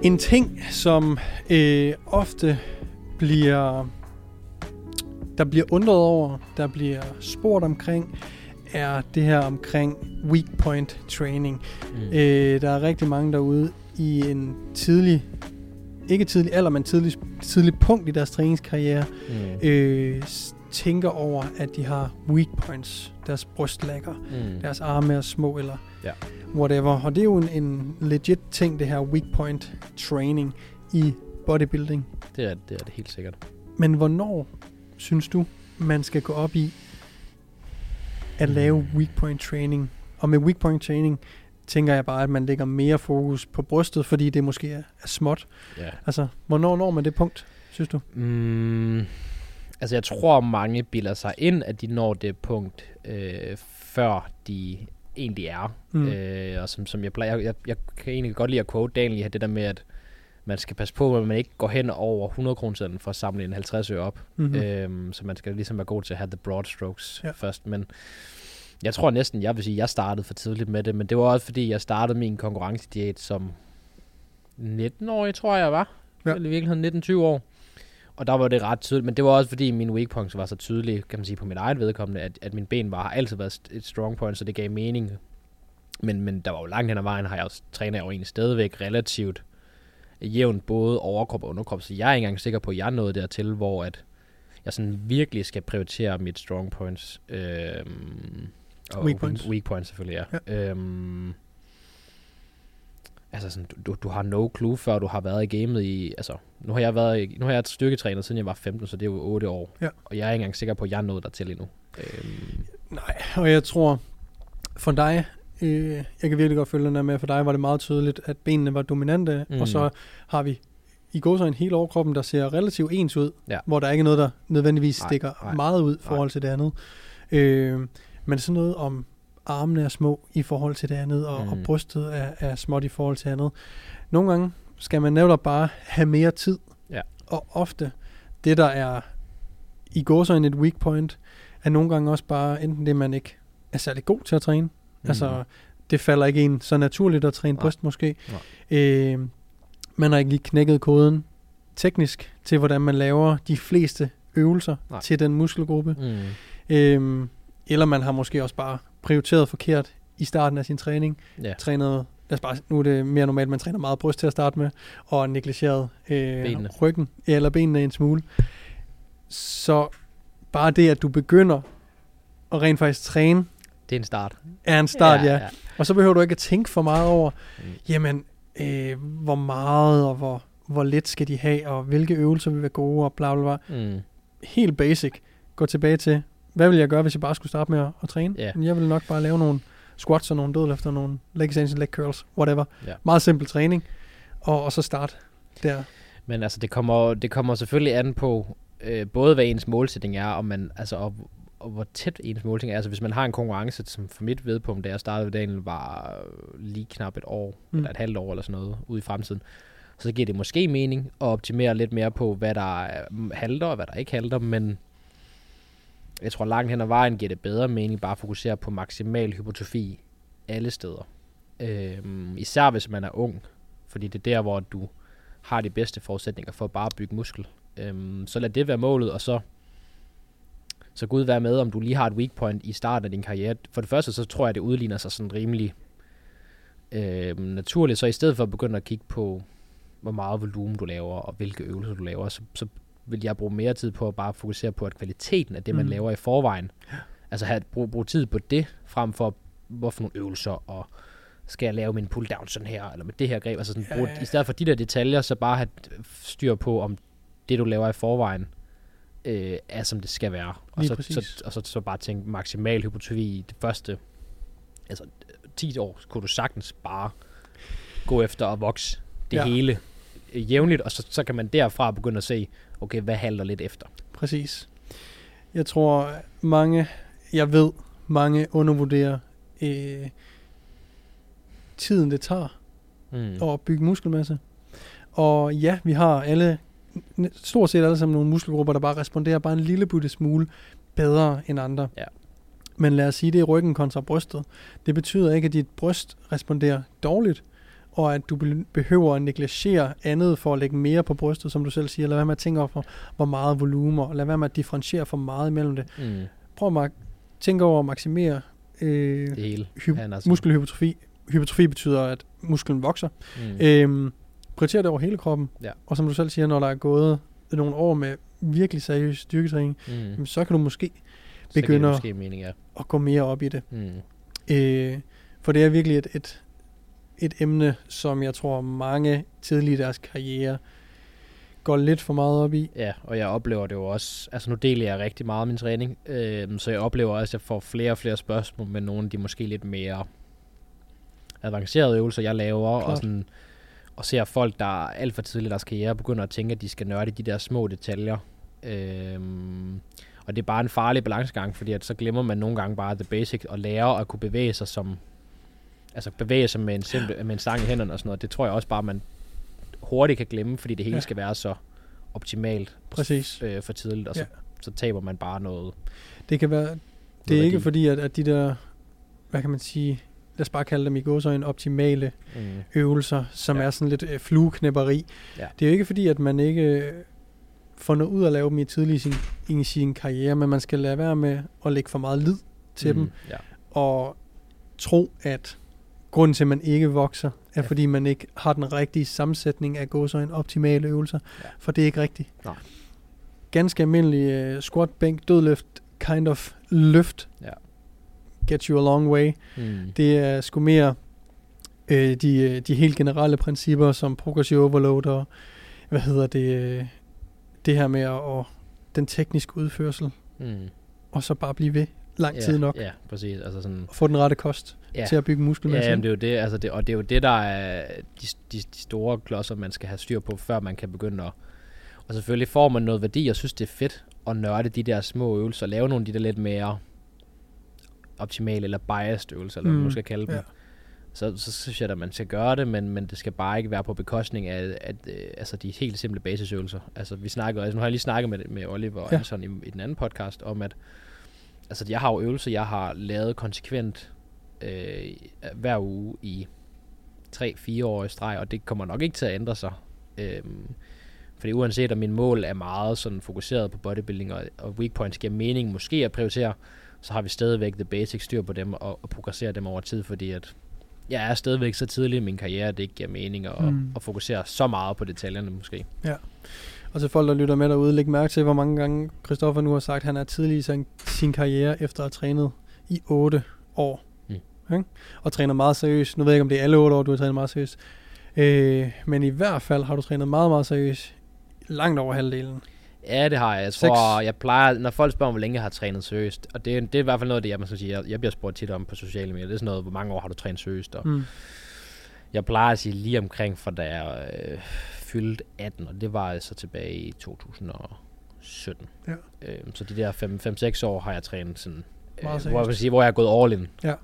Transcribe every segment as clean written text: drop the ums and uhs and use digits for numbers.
En ting, som ofte bliver undret over, der bliver spurgt omkring, er det her omkring weak point training. Der er rigtig mange derude i en ikke tidlig alder, men tidlig punkt i deres træningskarriere, tænker over, at de har weak points, deres brystlægger, deres arme er små, eller whatever. Og det er jo en legit ting, det her weak point training i bodybuilding. Det er det helt sikkert. Men hvornår synes du, man skal gå op i at lave weak point training? Og med weak point training tænker jeg bare, at man lægger mere fokus på brystet, fordi det måske er småt. Ja. Altså, hvornår når man det punkt, synes du? Altså, jeg tror, mange bilder sig ind, at de når det punkt, før de egentlig er. Og som jeg plejer, jeg kan egentlig godt lide at quote Daniel, det der med, at man skal passe på, at man ikke går hen over 100 kroner for at samle en 50 øre op. Så man skal ligesom være god til at have the broad strokes først. Men jeg tror næsten, jeg vil sige, at jeg startede for tidligt med det, men det var også fordi, jeg startede min konkurrencediæt som 19-årig, tror jeg var. Ja. Eller i virkeligheden 19-20 år. Og der var det ret tydeligt, men det var også fordi min weak points var så tydelige, kan man sige, på mit eget vedkommende, at min ben har altid været et strong point, så det gav mening. Men der var jo langt hen ad vejen, har jeg også trænet over egentlig stadigvæk relativt jævnt både overkrop og underkrop, så jeg er ikke engang sikker på, at jeg nåede dertil, hvor at jeg sådan virkelig skal prioritere mit strong points. Og weak points selvfølgelig, ja. Altså sådan, du har no clue, før du har været i gamet i, altså, nu har jeg styrketrænet, siden jeg var 15, så det er jo 8 år. Ja. Og jeg er ikke engang sikker på, at jeg nåede dertil endnu. Nej, og jeg tror, for dig, jeg kan virkelig godt følge den der med, for dig var det meget tydeligt, at benene var dominante, og så har vi i gåseøjne hele overkroppen, der ser relativt ens ud, hvor der ikke er noget, der nødvendigvis stikker meget ud i forhold til det andet. Men sådan noget om armene er små i forhold til det andet, og brystet er småt i forhold til andet. Nogle gange skal man netop bare have mere tid, og ofte det, der er i gåseøjne et weak point, er nogle gange også bare enten det, man ikke er særlig god til at træne. Altså, det falder ikke en så naturligt at træne bryst måske. Man har ikke lige knækket koden teknisk til, hvordan man laver de fleste øvelser til den muskelgruppe. Eller man har måske også bare prioriteret forkert i starten af sin træning. Trænet, nu er det mere normalt, man træner meget bryst til at starte med, og negligeret ryggen, eller benene en smule. Så bare det, at du begynder at rent faktisk træne, det er en start. Er en start, ja. Og så behøver du ikke at tænke for meget over, jamen, hvor meget og hvor lidt skal de have, og hvilke øvelser vil være gode, og bla bla bla. Helt basic. Gå tilbage til, hvad vil jeg gøre, hvis jeg bare skulle starte med at træne? Jeg vil nok bare lave nogle squats og nogle dødløfter, nogle leg extensions, leg curls, whatever. Meget simpel træning, og så start der. Men altså, det kommer selvfølgelig an på, både hvad ens målsætning er, og man, altså, og hvor tæt ens målsætning er. Altså, hvis man har en konkurrence, som for mit vedpunkt, da jeg startede ved dagen, var lige knap et år, eller et halvt år, eller sådan noget, ude i fremtiden, så giver det måske mening at optimere lidt mere på, hvad der halter, og hvad der ikke halter, men jeg tror langt hen ad vejen giver det bedre mening bare at fokusere på maksimal hypertrofi alle steder. Især hvis man er ung, fordi det er der, hvor du har de bedste forudsætninger for bare at bygge muskel. Så lad det være målet, og så Gud være med, om du lige har et weak point i starten af din karriere. For det første, så tror jeg, det udligner sig sådan rimelig naturligt, så i stedet for at begynde at kigge på, hvor meget volumen du laver, og hvilke øvelser du laver, så vil jeg bruge mere tid på at bare fokusere på, at kvaliteten af det, man laver i forvejen, altså bruge tid på det, frem for, hvorfor nogle øvelser, og skal jeg lave min pull-down sådan her, eller med det her greb, altså sådan, i stedet for de der detaljer, så bare have styr på, om det, du laver i forvejen, er som det skal være. Og så bare tænke maksimal hypertrofi det første, altså 10 år, kunne du sagtens bare gå efter at vokse det hele jævnligt, og så kan man derfra begynde at se, okay, hvad halter lidt efter. Præcis. Jeg tror, mange undervurderer tiden, det tager at bygge muskelmasse. Og ja, vi har stort set alle sammen nogle muskelgrupper, der bare responderer bare en lille bitte smule bedre end andre. Ja. Men lad os sige, det er ryggen kontra brystet. Det betyder ikke, at dit bryst responderer dårligt, og at du behøver at negligere andet for at lægge mere på brystet, som du selv siger. Lad være med at tænke over, hvor meget volumen, og lad være med at differentiere for meget imellem det. Prøv at tænke over at maksimere muskelhypertrofi. Hypertrofi betyder, at musklen vokser. Prioriter det over hele kroppen. Ja. Og som du selv siger, når der er gået nogle år med virkelig seriøs styrketræning, så kan du måske begynde at gå mere op i det. For det er virkelig et emne, som jeg tror mange tidligt i deres karriere går lidt for meget op i. Ja, og jeg oplever det jo også, altså nu deler jeg rigtig meget af min træning, så jeg oplever også, at jeg får flere og flere spørgsmål med nogle af de måske lidt mere avancerede øvelser, jeg laver, og ser folk, der alt for tidligt i deres karriere, begynder at tænke, at de skal nørde de der små detaljer. Og det er bare en farlig balancegang, fordi at så glemmer man nogle gange bare the basic, og lære at kunne bevæge sig med en stang i hænderne og sådan noget. Det tror jeg også bare, man hurtigt kan glemme, fordi det hele skal være så optimalt for tidligt, og så taber man bare noget. Det kan være, det er ikke fordi, at de der, hvad kan man sige, lad os bare kalde dem i gåseøjne optimale øvelser, som er sådan lidt flueknæpperi. Ja. Det er jo ikke fordi, at man ikke får noget ud at lave dem i tidlig i sin karriere, men man skal lade være med at lægge for meget lid til dem, og tro, at grunden til, at man ikke vokser, er fordi man ikke har den rigtige sammensætning af gåseøjne optimale øvelser, for det er ikke rigtigt. Nej. Ganske almindelig squat, bænk, dødløft, kind of løft, get you a long way. Det er sgu mere de helt generelle principper, som progressive overload og det her med den tekniske udførsel, og så bare blive ved lang tid nok. Ja, præcis. Altså sådan, og få den rette kost til at bygge muskelmasse. Ja, det er jo det, altså og det er jo det, der er de store klodser, man skal have styr på, før man kan begynde at... Og selvfølgelig får man noget værdi, og synes, det er fedt at nørde de der små øvelser, lave nogle af de der lidt mere optimale eller biased øvelser, eller hvad man skal kalde dem. Så synes jeg, at man skal gøre det, men det skal bare ikke være på bekostning af altså de helt simple basisøvelser. Altså nu har jeg lige snakket med Oliver og Anderson i den anden podcast om, at altså jeg har jo øvelser, jeg har lavet konsekvent hver uge i 3-4 år i streg, og det kommer nok ikke til at ændre sig. Fordi uanset om min mål er meget sådan fokuseret på bodybuilding, og weak points giver mening måske at prioritere, så har vi stadigvæk the basic styr på dem og progressere dem over tid, fordi at jeg er stadigvæk så tidlig i min karriere, at det ikke giver mening at fokusere så meget på detaljerne måske. Ja, og til folk, der lytter med derude, læg mærke til, hvor mange gange Christoffer nu har sagt, at han er tidlig i sin karriere, efter at have trænet i 8 år. Okay? Og træner meget seriøst. Nu ved jeg ikke, om det er alle 8 år, du har trænet meget seriøst. Men i hvert fald har du trænet meget, meget seriøst. Langt over halvdelen. Ja, det har jeg. Jeg tror, jeg plejer, når folk spørger, hvor længe jeg har trænet seriøst, og det er i hvert fald noget af det, man skal sige, jeg bliver spurgt tit om på sociale medier. Det er sådan noget, hvor mange år har du trænet seriøst? Og jeg plejer at sige lige omkring, for da jeg fyldte 18, og det var så tilbage i 2017. Ja. Så de der 5-6 år har jeg trænet sådan, hvor jeg er gået all in. Ja.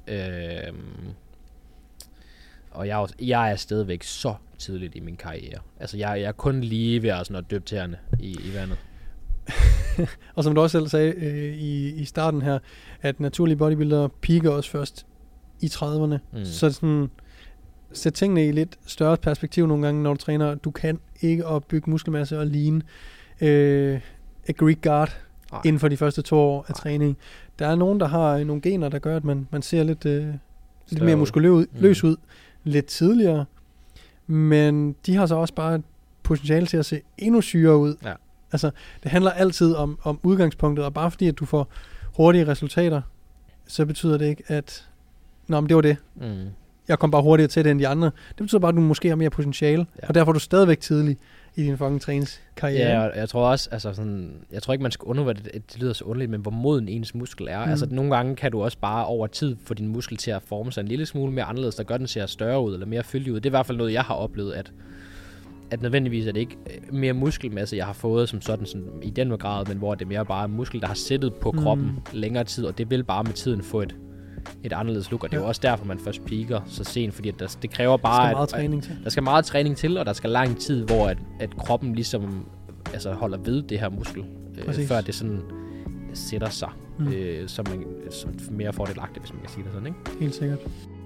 Og jeg er stadigvæk så tidligt i min karriere. Altså jeg er kun lige ved at døbe tæerne i vandet. Og som du også selv sagde i starten her, at naturlige bodybuildere peaker også først i 30'erne. Så sådan, sæt tingene i lidt større perspektiv nogle gange, når du træner. Du kan ikke opbygge muskelmasse og lean a Greek guard inden for de første 2 år af træning. Der er nogen, der har nogle gener, der gør, at man ser lidt mere muskuløs ud lidt tidligere. Men de har så også bare et potentiale til at se endnu sygere ud. Ja. Altså, det handler altid om udgangspunktet, og bare fordi, at du får hurtige resultater, så betyder det ikke, at men det var det. Jeg kom bare hurtigere til det end de andre. Det betyder bare, at du måske har mere potentiale, og derfor er du stadigvæk tidlig i din fucking træningskarriere. Ja, og jeg tror også, altså sådan, jeg tror ikke, man skal undervurdere det lyder så underligt, men hvor moden ens muskel er. Altså, nogle gange kan du også bare over tid få din muskel til at forme sig en lille smule mere anderledes, der gør den ser større ud, eller mere fyldig ud. Det er i hvert fald noget, jeg har oplevet, at nødvendigvis er det ikke mere muskelmasse, jeg har fået som sådan i den grad, men hvor det er mere bare muskel, der har sættet på kroppen længere tid, og det vil bare med tiden få et anderledes look, og det er jo også derfor, man først peaker så sent, fordi det kræver bare... Der skal meget træning til, og der skal lang tid, hvor at kroppen ligesom holder ved det her muskel, før det sådan sætter sig som mere fordelagtigt, hvis man kan sige det sådan, ikke? Helt sikkert.